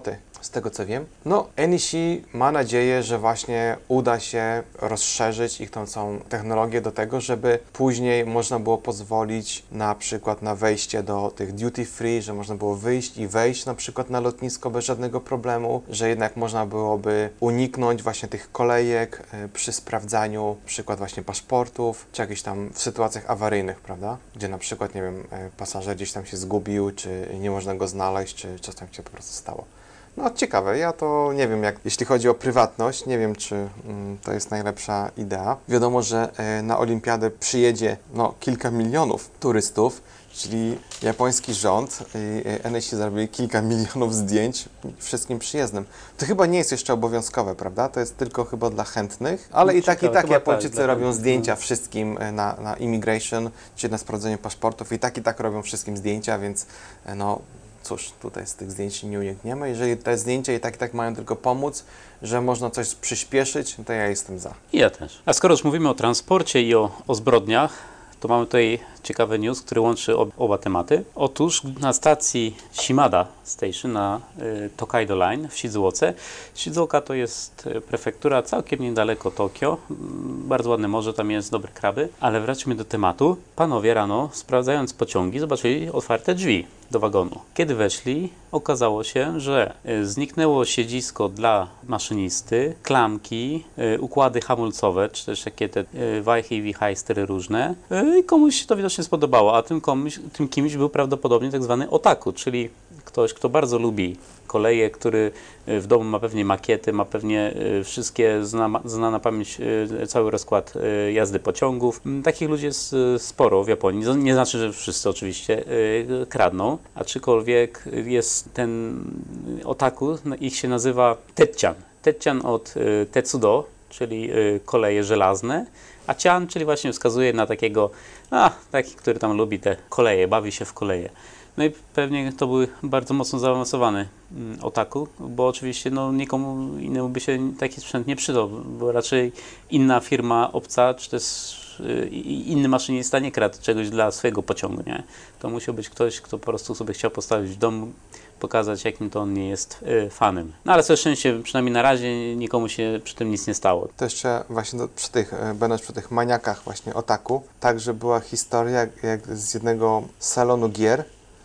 z tego co wiem. No, N E C ma nadzieję, że właśnie uda się rozszerzyć ich tą całą technologię do tego, żeby później można było pozwolić na przykład na wejście do tych duty free, że można było wyjść i wejść na przykład na lotnisko bez żadnego problemu, że jednak można byłoby uniknąć właśnie tych kolejek y, przy sprawdzaniu przykład właśnie paszportów, czy jakichś tam w sytuacjach awaryjnych, prawda? Gdzie na przykład, nie wiem, y, pasażer gdzieś tam się zgubił, czy nie można go znaleźć, czy coś tam się po prostu stało. No ciekawe, ja to nie wiem, jak jeśli chodzi o prywatność, nie wiem, czy mm, to jest najlepsza idea. Wiadomo, że y, na olimpiadę przyjedzie no, kilka milionów turystów, czyli japoński rząd i N E C zrobili kilka milionów zdjęć wszystkim przyjezdnym. To chyba nie jest jeszcze obowiązkowe, prawda? To jest tylko chyba dla chętnych, ale no, i tak, ciekawe, i tak Japończycy tak, robią zdjęcia wszystkim na, na immigration, czy na sprawdzenie paszportów i tak i tak robią wszystkim zdjęcia, więc no cóż, tutaj z tych zdjęć nie unikniemy. Jeżeli te zdjęcia i tak i tak mają tylko pomóc, że można coś przyspieszyć, to ja jestem za. Ja też. A skoro już mówimy o transporcie i o, o zbrodniach, to mamy tutaj ciekawy news, który łączy ob, oba tematy. Otóż na stacji Shimada Station na y, Tokaido Line w Shizuoce. Shizuoka to jest prefektura całkiem niedaleko Tokio. Bardzo ładne morze, tam jest dobre kraby. Ale wróćmy do tematu. Panowie rano, sprawdzając pociągi, zobaczyli otwarte drzwi do wagonu. Kiedy weszli, okazało się, że y, zniknęło siedzisko dla maszynisty, klamki, y, układy hamulcowe, czy też takie te y, wajchy i wichajstery różne. I y, komuś się to widocznie spodobało, a tym, komuś, tym kimś był prawdopodobnie tak zwany otaku, czyli ktoś, kto bardzo lubi koleje, który w domu ma pewnie makiety, ma pewnie wszystkie, zna, zna na pamięć cały rozkład jazdy pociągów. Takich ludzi jest sporo w Japonii. Nie znaczy, że wszyscy oczywiście kradną, aczkolwiek jest ten otaku, ich się nazywa tetcian. Tetcian od tetsudo, czyli koleje żelazne, a cian, czyli właśnie wskazuje na takiego, a, taki, który tam lubi te koleje, bawi się w koleje. No i pewnie to był bardzo mocno zaawansowany mm, otaku, bo oczywiście no, nikomu innemu by się taki sprzęt nie przydał, bo raczej inna firma obca, czy też y, inny maszynista nie kradł czegoś dla swojego pociągu, nie? To musiał być ktoś, kto po prostu sobie chciał postawić w domu, pokazać, jakim to on nie jest y, fanem. No ale całe szczęście, przynajmniej na razie, nikomu się przy tym nic nie stało. To jeszcze właśnie do, przy tych, będąc przy tych maniakach właśnie otaku, także była historia jak z jednego salonu gier,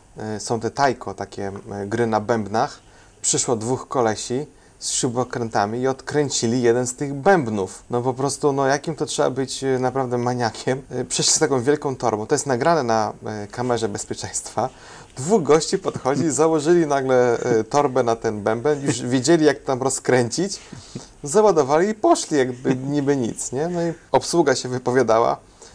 są te taiko, takie gry na bębnach. Przyszło dwóch kolesi z śrubokrętami i odkręcili jeden z tych bębnów. No po prostu, no jakim to trzeba być naprawdę maniakiem. Przeszli z taką wielką torbą. To jest nagrane na kamerze bezpieczeństwa. Dwóch gości podchodzi, założyli nagle torbę na ten bęben, już wiedzieli jak tam rozkręcić, załadowali i poszli jakby niby nic, nie? No i obsługa się wypowiadała,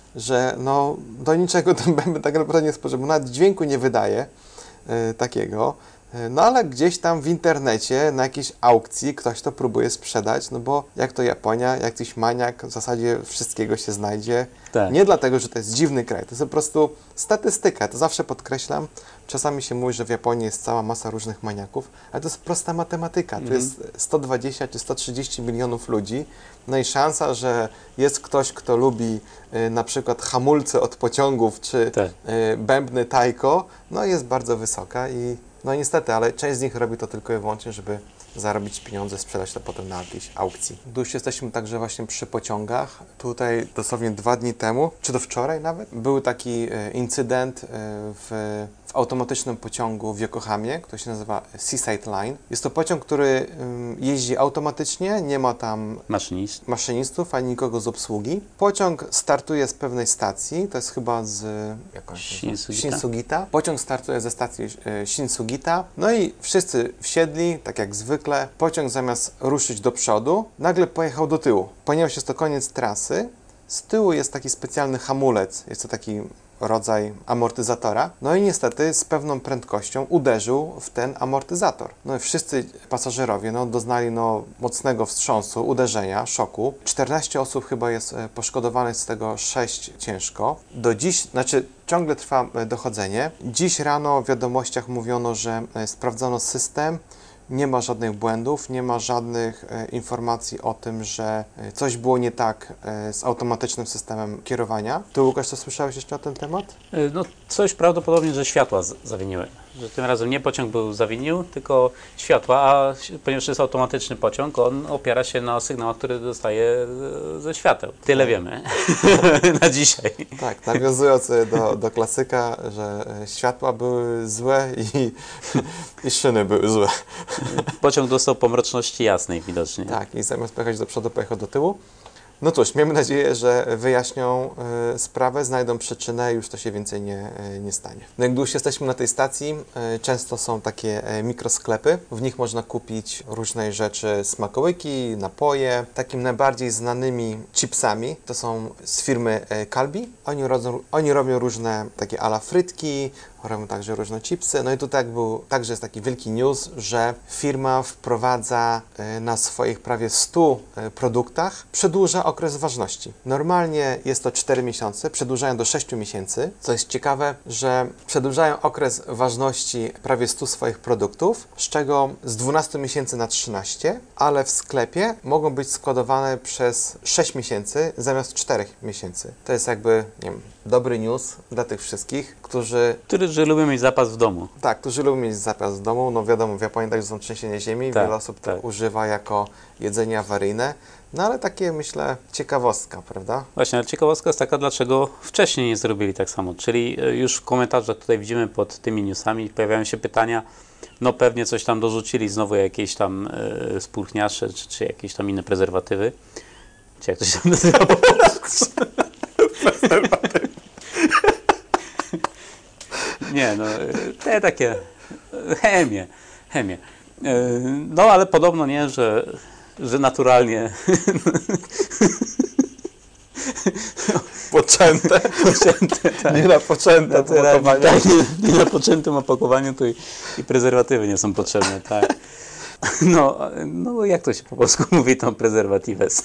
że no do niczego ten bęben tak naprawdę nie jest potrzebny, nawet dźwięku nie wydaje y, takiego, y, no ale gdzieś tam w internecie na jakiejś aukcji ktoś to próbuje sprzedać, no bo jak to Japonia, jakiś maniak w zasadzie wszystkiego się znajdzie, tak. Nie dlatego, że to jest dziwny kraj, to jest po prostu statystyka, to zawsze podkreślam, czasami się mówi, że w Japonii jest cała masa różnych maniaków, ale to jest prosta matematyka, mhm. To jest sto dwadzieścia czy sto trzydzieści milionów ludzi, no i szansa, że jest ktoś, kto lubi y, na przykład hamulce od pociągów, czy tak. y, bębny taiko, no jest bardzo wysoka i no niestety, ale część z nich robi to tylko i wyłącznie, żeby zarobić pieniądze, sprzedać to potem na jakiejś aukcji. Tu już jesteśmy także właśnie przy pociągach. Tutaj dosłownie dwa dni temu, czy do wczoraj nawet, był taki y, incydent y, w, w automatycznym pociągu w Yokohamie, który się nazywa Seaside Line. Jest to pociąg, który y, jeździ automatycznie, nie ma tam Maszynist. maszynistów, ani nikogo z obsługi. Pociąg startuje z pewnej stacji, to jest chyba z jakąś Shinsugita. Shinsugita. Pociąg startuje ze stacji y, Shinsugita. No i wszyscy wsiedli, tak jak zwykle. Pociąg zamiast ruszyć do przodu, nagle pojechał do tyłu. Ponieważ jest to koniec trasy, z tyłu jest taki specjalny hamulec, jest to taki rodzaj amortyzatora. No i niestety z pewną prędkością uderzył w ten amortyzator. No i wszyscy pasażerowie no, doznali no, mocnego wstrząsu, uderzenia, szoku. czternaście osób chyba jest poszkodowanych, z tego sześć ciężko. Do dziś, znaczy ciągle trwa dochodzenie. Dziś rano w wiadomościach mówiono, że sprawdzono system, nie ma żadnych błędów, nie ma żadnych e, informacji o tym, że e, coś było nie tak e, z automatycznym systemem kierowania. Ty, Łukasz, co słyszałeś jeszcze o ten temat? No coś prawdopodobnie, że światła z- zawiniły. że tym razem nie pociąg był zawinił, tylko światła, a ponieważ jest automatyczny pociąg, on opiera się na sygnałach, które dostaje ze świateł. Tyle wiemy na dzisiaj. Tak, nawiązując do, do klasyka, że światła były złe i, i szyny były złe. Pociąg dostał pomroczności jasnej widocznie. Tak, i zamiast pojechać do przodu, pojechał do tyłu. No cóż, miejmy nadzieję, że wyjaśnią y, sprawę, znajdą przyczynę i już to się więcej nie, y, nie stanie. No jak już jesteśmy na tej stacji, y, często są takie y, mikrosklepy. W nich można kupić różne rzeczy, smakołyki, napoje. Takim najbardziej znanymi chipsami to są z firmy y, Calbee. Oni, rodzą, oni robią różne takie ala frytki, robią także różne chipsy. No i tutaj tak był, także jest taki wielki news, że firma wprowadza y, na swoich prawie stu y, produktach, przedłuża okres ważności. Normalnie jest to cztery miesiące, przedłużają do sześciu miesięcy. Co jest ciekawe, że przedłużają okres ważności prawie stu swoich produktów, z czego z dwunastu miesięcy na trzynaście, ale w sklepie mogą być składowane przez sześć miesięcy zamiast czterech miesięcy. To jest jakby, nie wiem, dobry news dla tych wszystkich, którzy... Którzy lubią mieć zapas w domu. Tak, którzy lubią mieć zapas w domu. No wiadomo, w Japonii także są trzęsienia ziemi, Tak, wiele osób to tak. używa jako jedzenie awaryjne. No ale takie, myślę, ciekawostka, prawda? Właśnie, ale ciekawostka jest taka, dlaczego wcześniej nie zrobili tak samo. Czyli e, już w komentarzach tutaj widzimy pod tymi newsami pojawiają się pytania, no pewnie coś tam dorzucili, znowu jakieś tam e, spórchniacze, czy, czy jakieś tam inne prezerwatywy. Czy jak to się tam nazywa po polsku? Prezerwatywy. Nie, no, te takie chemię, chemię. E, no ale podobno nie, że że naturalnie Poczęte. poczęte, tak. Nie na poczęte opakowanie. Tak, nie, nie na poczętym opakowaniu to i, i prezerwatywy nie są potrzebne, tak. No, no jak to się po polsku mówi, to prezerwatywes.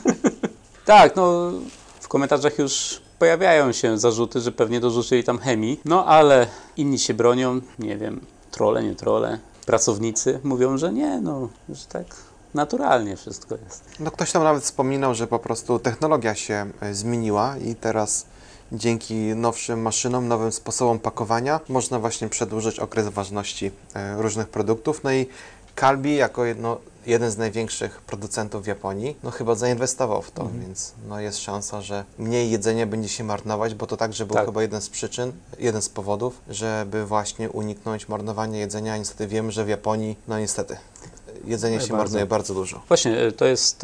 Tak, no w komentarzach już pojawiają się zarzuty, że pewnie dorzucili tam chemii, no ale inni się bronią, nie wiem, trolle, nie trolle, pracownicy mówią, że nie, no, że tak naturalnie wszystko jest. No ktoś tam nawet wspominał, że po prostu technologia się e, zmieniła i teraz dzięki nowszym maszynom, nowym sposobom pakowania można właśnie przedłużyć okres ważności e, różnych produktów. No i Calbee jako jedno, jeden z największych producentów w Japonii, no chyba zainwestował w to, mhm. więc no jest szansa, że mniej jedzenia będzie się marnować, bo to także był tak. chyba jeden z przyczyn, jeden z powodów, żeby właśnie uniknąć marnowania jedzenia. Niestety wiemy, że w Japonii, no niestety, jedzenie się bardzo. marnuje bardzo dużo. Właśnie, to jest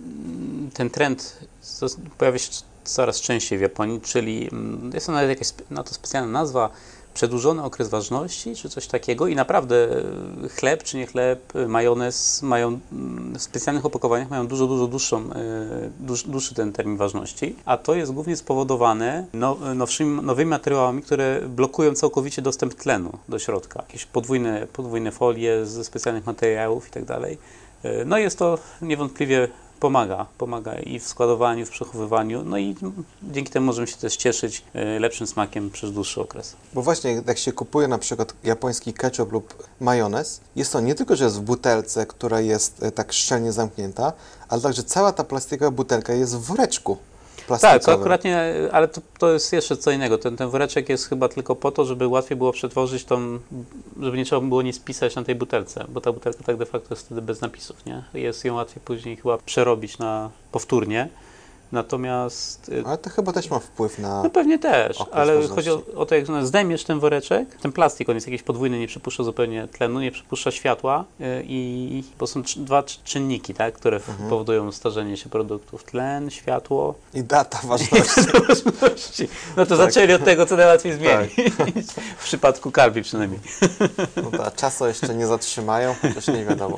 ten trend, pojawia się coraz częściej w Japonii, czyli jest to nawet jakaś na to specjalna nazwa, przedłużony okres ważności, czy coś takiego i naprawdę chleb, czy nie chleb, majonez mają w specjalnych opakowaniach mają dużo, dużo dłuższą, dłuższy ten termin ważności, a to jest głównie spowodowane now, nowszymi, nowymi materiałami, które blokują całkowicie dostęp tlenu do środka. Jakieś podwójne, podwójne folie ze specjalnych materiałów i tak dalej. No jest to niewątpliwie Pomaga, pomaga i w składowaniu, i w przechowywaniu, no i dzięki temu możemy się też cieszyć lepszym smakiem przez dłuższy okres. Bo właśnie jak się kupuje na przykład japoński ketchup lub majonez, jest to nie tylko, że jest w butelce, która jest tak szczelnie zamknięta, ale także cała ta plastikowa butelka jest w woreczku plastikowym. Tak, to akurat nie, ale to, to jest jeszcze co innego. Ten, ten woreczek jest chyba tylko po to, żeby łatwiej było przetworzyć tą, żeby nie trzeba było nic pisać na tej butelce, bo ta butelka tak de facto jest wtedy bez napisów, nie? Jest ją łatwiej później chyba przerobić na powtórnie. Natomiast... Ale to chyba też ma wpływ na... No pewnie też, ale ważności. chodzi o, o to, jak zdejmiesz ten woreczek, ten plastik, on jest jakiś podwójny, nie przepuszcza zupełnie tlenu, nie przepuszcza światła yy, i bo są tr- dwa czynniki, tak, które mhm. powodują starzenie się produktów. Tlen, światło i data ważności. I ważności. No to tak. Zaczęli od tego, co najłatwiej zmienić. Tak. W przypadku Calbee przynajmniej. No to czasu jeszcze nie zatrzymają, chociaż nie wiadomo.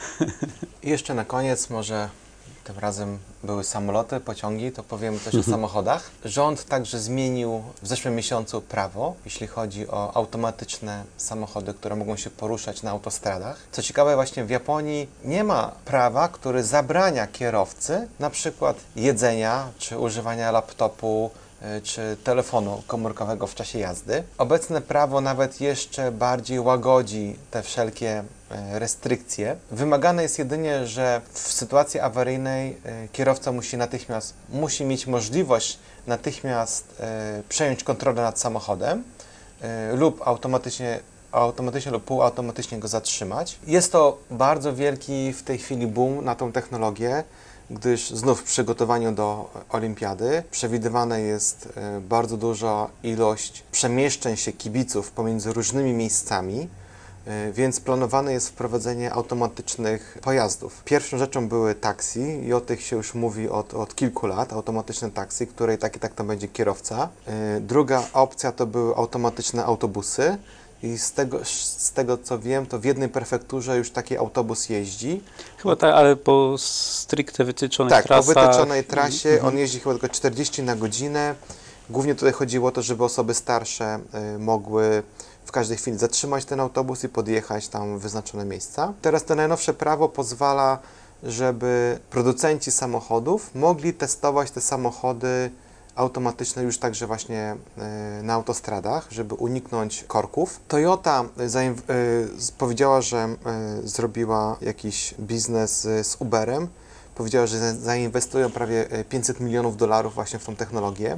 I jeszcze na koniec może... Tym razem były samoloty, pociągi, to powiemy też o samochodach. Rząd także zmienił w zeszłym miesiącu prawo, jeśli chodzi o automatyczne samochody, które mogą się poruszać na autostradach. Co ciekawe, właśnie w Japonii nie ma prawa, które zabrania kierowcy na przykład jedzenia, czy używania laptopu, czy telefonu komórkowego w czasie jazdy. Obecne prawo nawet jeszcze bardziej łagodzi te wszelkie restrykcje. Wymagane jest jedynie, że w sytuacji awaryjnej kierowca musi natychmiast, musi mieć możliwość natychmiast przejąć kontrolę nad samochodem lub automatycznie automatycznie lub półautomatycznie go zatrzymać. Jest to bardzo wielki w tej chwili boom na tą technologię, gdyż znów w przygotowaniu do olimpiady przewidywana jest bardzo duża ilość przemieszczeń się kibiców pomiędzy różnymi miejscami, więc planowane jest wprowadzenie automatycznych pojazdów. Pierwszą rzeczą były taksi i o tych się już mówi od, od kilku lat, automatyczne taksi, której tak i tak tam będzie kierowca. Druga opcja to były automatyczne autobusy i z tego, z tego co wiem, to w jednej prefekturze już taki autobus jeździ. Chyba tak, ale po stricte wytyczonej tak, trasach. Tak, po wytyczonej trasie, Mhm. on jeździ chyba tylko czterdzieści na godzinę. Głównie tutaj chodziło o to, żeby osoby starsze y, mogły w każdej chwili zatrzymać ten autobus i podjechać tam w wyznaczone miejsca. Teraz to najnowsze prawo pozwala, żeby producenci samochodów mogli testować te samochody automatyczne już także właśnie y, na autostradach, żeby uniknąć korków. Toyota zain- y, powiedziała, że y, zrobiła jakiś biznes y, z Uberem. Powiedziała, że zainwestują prawie pięćset milionów dolarów właśnie w tą technologię.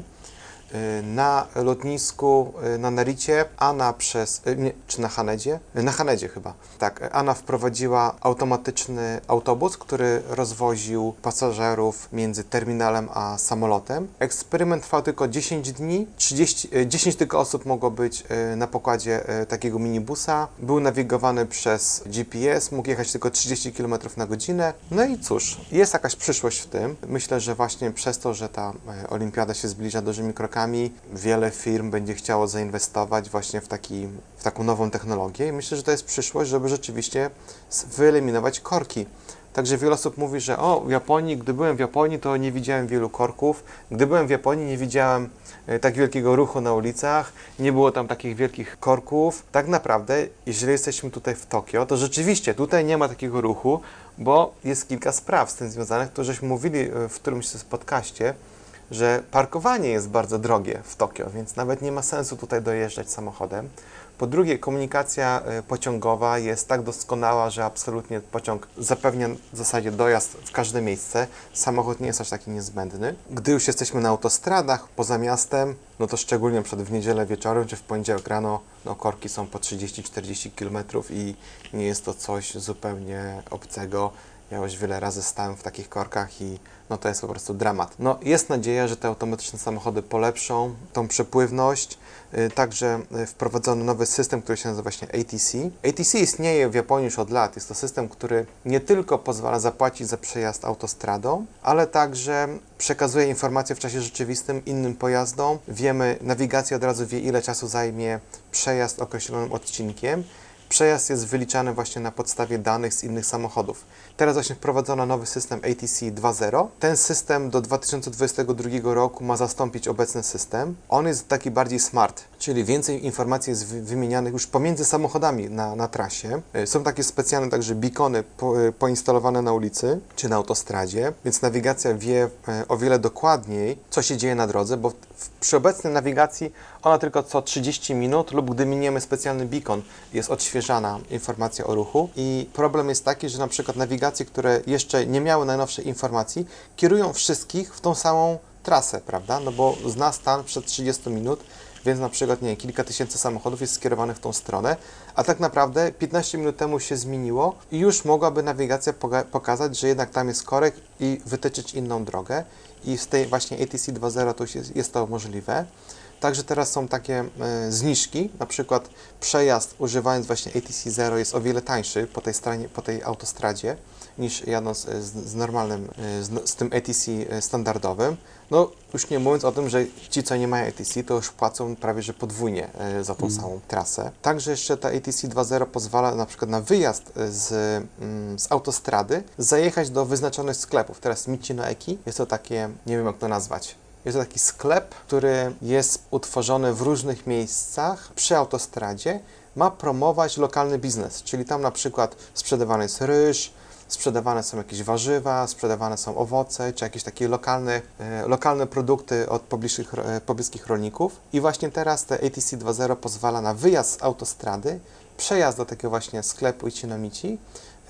Na lotnisku na Naricie Ana przez, nie, czy na Hanedzie? Na Hanedzie chyba. Tak, Ana wprowadziła automatyczny autobus, który rozwoził pasażerów między terminalem a samolotem. Eksperyment trwał tylko dziesięć dni, trzydzieści, dziesięć tylko osób mogło być na pokładzie takiego minibusa. Był nawigowany przez G P S, mógł jechać tylko trzydzieści kilometrów na godzinę. No i cóż, jest jakaś przyszłość w tym. Myślę, że właśnie przez to, że ta olimpiada się zbliża dużymi krokami, wiele firm będzie chciało zainwestować właśnie w, taki, w taką nową technologię i myślę, że to jest przyszłość, żeby rzeczywiście wyeliminować korki. Także wiele osób mówi, że o, w Japonii, gdy byłem w Japonii, to nie widziałem wielu korków. Gdy byłem w Japonii, nie widziałem e, tak wielkiego ruchu na ulicach, nie było tam takich wielkich korków. Tak naprawdę, jeżeli jesteśmy tutaj w Tokio, to rzeczywiście tutaj nie ma takiego ruchu, bo jest kilka spraw z tym związanych, to żeśmy mówili w którymś z podcaście, że parkowanie jest bardzo drogie w Tokio, więc nawet nie ma sensu tutaj dojeżdżać samochodem. Po drugie, komunikacja pociągowa jest tak doskonała, że absolutnie pociąg zapewnia w zasadzie dojazd w każde miejsce. Samochód nie jest aż taki niezbędny. Gdy już jesteśmy na autostradach, poza miastem, no to szczególnie przed w niedzielę wieczorem czy w poniedziałek rano, no korki są po trzydzieści czterdzieści kilometrów i nie jest to coś zupełnie obcego. Ja już wiele razy stałem w takich korkach i no to jest po prostu dramat. No jest nadzieja, że te automatyczne samochody polepszą tą przepływność. Yy, także yy, wprowadzono nowy system, który się nazywa właśnie A T C. A T C istnieje w Japonii już od lat. Jest to system, który nie tylko pozwala zapłacić za przejazd autostradą, ale także przekazuje informacje w czasie rzeczywistym innym pojazdom. Wiemy, nawigacja od razu wie, ile czasu zajmie przejazd określonym odcinkiem. Przejazd jest wyliczany właśnie na podstawie danych z innych samochodów. Teraz właśnie wprowadzono nowy system A T C dwa zero. Ten system do dwa tysiące dwudziestego drugiego roku ma zastąpić obecny system. On jest taki bardziej smart, czyli więcej informacji jest wymienianych już pomiędzy samochodami na, na trasie. Są takie specjalne także beacony po, poinstalowane na ulicy czy na autostradzie, więc nawigacja wie o wiele dokładniej, co się dzieje na drodze, bo w, przy obecnej nawigacji ona tylko co trzydzieści minut lub gdy miniemy specjalny beacon jest odświeżana informacja o ruchu i problem jest taki, że na przykład nawigacje, które jeszcze nie miały najnowszej informacji, kierują wszystkich w tą samą trasę, prawda? No bo zna stan przed trzydziestu minut, więc na przykład, nie wiem, kilka tysięcy samochodów jest skierowanych w tą stronę, a tak naprawdę piętnaście minut temu się zmieniło i już mogłaby nawigacja pokazać, że jednak tam jest korek i wytyczyć inną drogę i z tej właśnie A T C dwa zero to jest, jest to możliwe. Także teraz są takie e, zniżki, na przykład przejazd używając właśnie A T C zero jest o wiele tańszy po tej, stronie, po tej autostradzie niż jadąc z, z normalnym, z, z tym A T C standardowym. No już nie mówiąc o tym, że ci, co nie mają A T C, to już płacą prawie że podwójnie e, za tą mm. samą trasę. Także jeszcze ta A T C dwa zero pozwala na przykład na wyjazd z, mm, z autostrady, zajechać do wyznaczonych sklepów. Teraz Michino Eki jest to takie, nie wiem jak to nazwać, jest to taki sklep, który jest utworzony w różnych miejscach przy autostradzie, ma promować lokalny biznes, czyli tam na przykład sprzedawany jest ryż, sprzedawane są jakieś warzywa, sprzedawane są owoce, czy jakieś takie lokalne, e, lokalne produkty od pobliskich, e, pobliskich rolników. I właśnie teraz te A T C dwa zero pozwala na wyjazd z autostrady, przejazd do takiego właśnie sklepu Ichinomichi,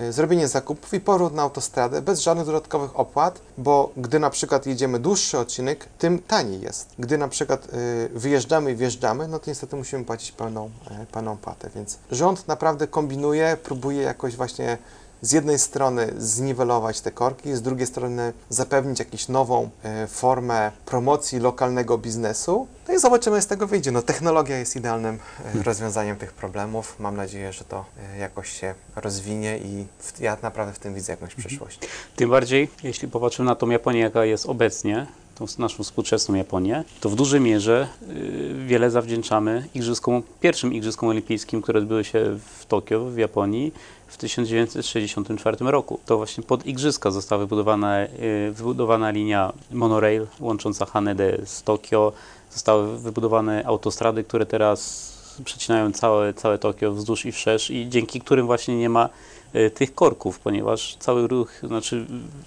y, zrobienie zakupów i powrót na autostradę bez żadnych dodatkowych opłat, bo gdy na przykład jedziemy dłuższy odcinek, tym taniej jest. Gdy na przykład y, wyjeżdżamy i wjeżdżamy, no to niestety musimy płacić pełną, y, pełną opłatę, więc rząd naprawdę kombinuje, próbuje jakoś właśnie z jednej strony zniwelować te korki, z drugiej strony zapewnić jakąś nową y, formę promocji lokalnego biznesu. No i zobaczymy, jak z tego wyjdzie. No, technologia jest idealnym y, rozwiązaniem tych problemów. Mam nadzieję, że to y, jakoś się rozwinie i w, ja naprawdę w tym widzę jakąś przyszłość. Tym bardziej, jeśli popatrzymy na tą Japonię, jaka jest obecnie, tą naszą współczesną Japonię, to w dużej mierze y, wiele zawdzięczamy igrzyskom, pierwszym igrzyskom olimpijskim, które odbyły się w Tokio, w Japonii, w tysiąc dziewięćset sześćdziesiątym czwartym roku. To właśnie pod igrzyska została wybudowana, y, wybudowana linia monorail łącząca Haneda z Tokio. Zostały wybudowane autostrady, które teraz przecinają całe, całe Tokio wzdłuż i wszerz i dzięki którym właśnie nie ma y, tych korków, ponieważ cały ruch, znaczy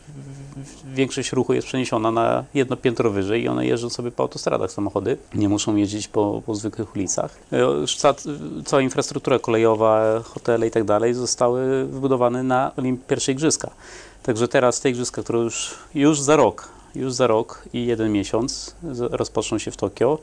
większość ruchu jest przeniesiona na jedno piętro wyżej i one jeżdżą sobie po autostradach samochody, nie muszą jeździć po, po zwykłych ulicach. Już ca, cała infrastruktura kolejowa, hotele i tak dalej zostały wybudowane na pierwsze igrzyska. Także teraz te igrzyska, które już, już za rok, już za rok i jeden miesiąc rozpoczną się w Tokio,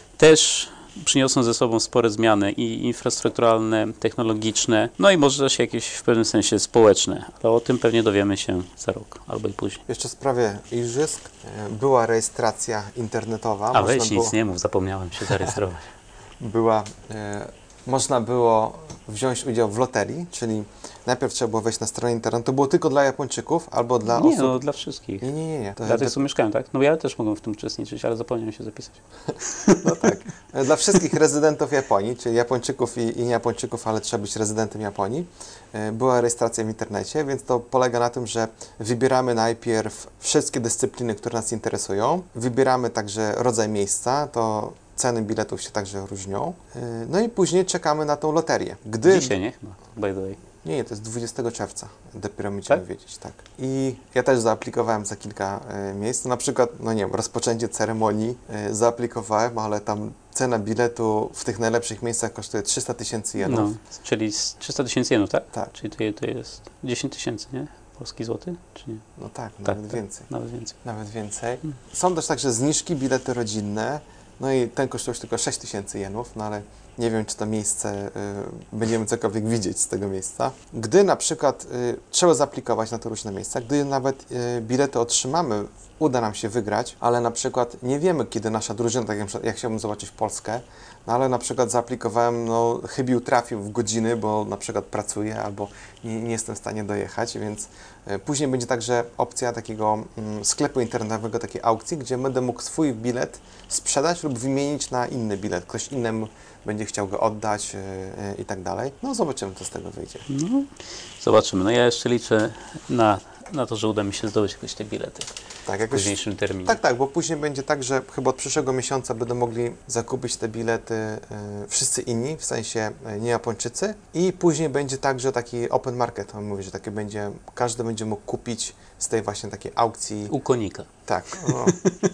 też przyniosą ze sobą spore zmiany i infrastrukturalne, technologiczne, no i może też jakieś w pewnym sensie społeczne, ale o tym pewnie dowiemy się za rok albo i później. Jeszcze w sprawie igrzysk była rejestracja internetowa. A weź było, nic nie mów, zapomniałem się zarejestrować. Była, e, można było wziąć udział w loterii, czyli najpierw trzeba było wejść na stronę internetu. To było tylko dla Japończyków albo dla nie, osób... no dla wszystkich. Nie, nie, nie. nie. To Dla tych, co mieszkają, tak? No ja też mogłem w tym uczestniczyć, ale zapomniałem się zapisać. No tak. Dla wszystkich rezydentów Japonii, czyli Japończyków i, i nie Japończyków, ale trzeba być rezydentem Japonii, była rejestracja w internecie, więc to polega na tym, że wybieramy najpierw wszystkie dyscypliny, które nas interesują. Wybieramy także rodzaj miejsca, to ceny biletów się także różnią. No i później czekamy na tą loterię. Gdy... Dzisiaj, nie? No, by the way. Nie, nie, to jest dwudziestego czerwca. Dopiero będziemy Tak? wiedzieć, tak. I ja też zaaplikowałem za kilka y, miejsc. Na przykład, no nie wiem, rozpoczęcie ceremonii y, zaaplikowałem, ale tam cena biletu w tych najlepszych miejscach kosztuje trzysta tysięcy jenów. No, czyli trzysta tysięcy jenów, tak? Tak. Czyli to, to jest dziesięć tysięcy, nie? Polski złoty, czy nie? No tak, Tak, nawet tak. więcej. Nawet więcej. Nawet więcej. Są też także zniżki, bilety rodzinne. No i ten kosztuje już tylko sześć tysięcy jenów, no ale nie wiem, czy to miejsce y, będziemy cokolwiek widzieć z tego miejsca. Gdy na przykład y, trzeba zaaplikować na te różne miejsca, gdy nawet y, bilety otrzymamy, uda nam się wygrać, ale na przykład nie wiemy, kiedy nasza drużyna, tak jak, jak chciałbym zobaczyć Polskę, no ale na przykład zaaplikowałem, no chybił, trafił w godziny, bo na przykład pracuję albo nie, nie jestem w stanie dojechać, więc y, później będzie także opcja takiego mm, sklepu internetowego, takiej aukcji, gdzie będę mógł swój bilet sprzedać lub wymienić na inny bilet. Ktoś innemu będzie chciał go oddać yy, yy, i tak dalej. No zobaczymy, co z tego wyjdzie. No, zobaczymy. No ja jeszcze liczę na, na to, że uda mi się zdobyć jakoś te bilety Tak, w jakoś, późniejszym terminie. tak, tak, bo później będzie tak, że chyba od przyszłego miesiąca będą mogli zakupić te bilety yy, wszyscy inni, w sensie yy, nie Japończycy. I później będzie także taki open market, on mówi, że takie będzie, każdy będzie mógł kupić z tej właśnie takiej aukcji. U konika. Tak, no.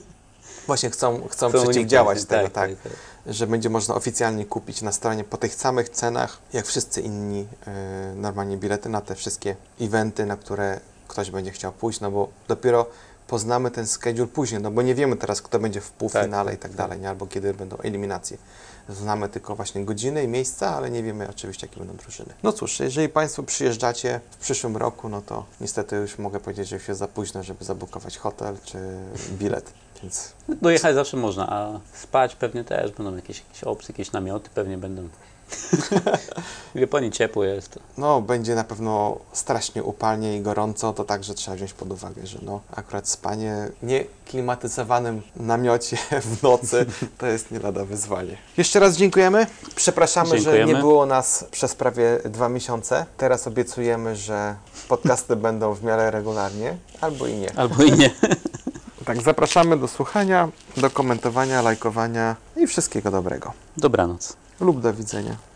Właśnie chcą, chcą Chcą przeciwdziałać uniknąć, tego, tak, tak, tak, że będzie można oficjalnie kupić na stronie po tych samych cenach, jak wszyscy inni yy, normalnie bilety na te wszystkie eventy, na które ktoś będzie chciał pójść, no bo dopiero poznamy ten schedule później, no bo nie wiemy teraz, kto będzie w półfinale tak, i tak tak. dalej, nie? Albo kiedy będą eliminacje. Znamy tylko właśnie godziny i miejsca, ale nie wiemy oczywiście, jakie będą drużyny. No cóż, jeżeli Państwo przyjeżdżacie w przyszłym roku, no to niestety już mogę powiedzieć, że już jest za późno, żeby zabukować hotel czy bilet, więc... Dojechać zawsze można, a spać pewnie też będą jakieś, jakieś opcje, jakieś namioty pewnie będą. W Japonii ciepło jest. No, będzie na pewno strasznie upalnie i gorąco, to także trzeba wziąć pod uwagę, że no, akurat spanie w nieklimatyzowanym namiocie w nocy to jest nie lada wyzwanie. Jeszcze raz dziękujemy. Przepraszamy, Dziękujemy. że nie było nas przez prawie dwa miesiące. Teraz obiecujemy, że podcasty będą w miarę regularnie, albo i nie. Albo i nie. Tak, zapraszamy do słuchania, do komentowania, lajkowania i wszystkiego dobrego. Dobranoc. Lub do widzenia.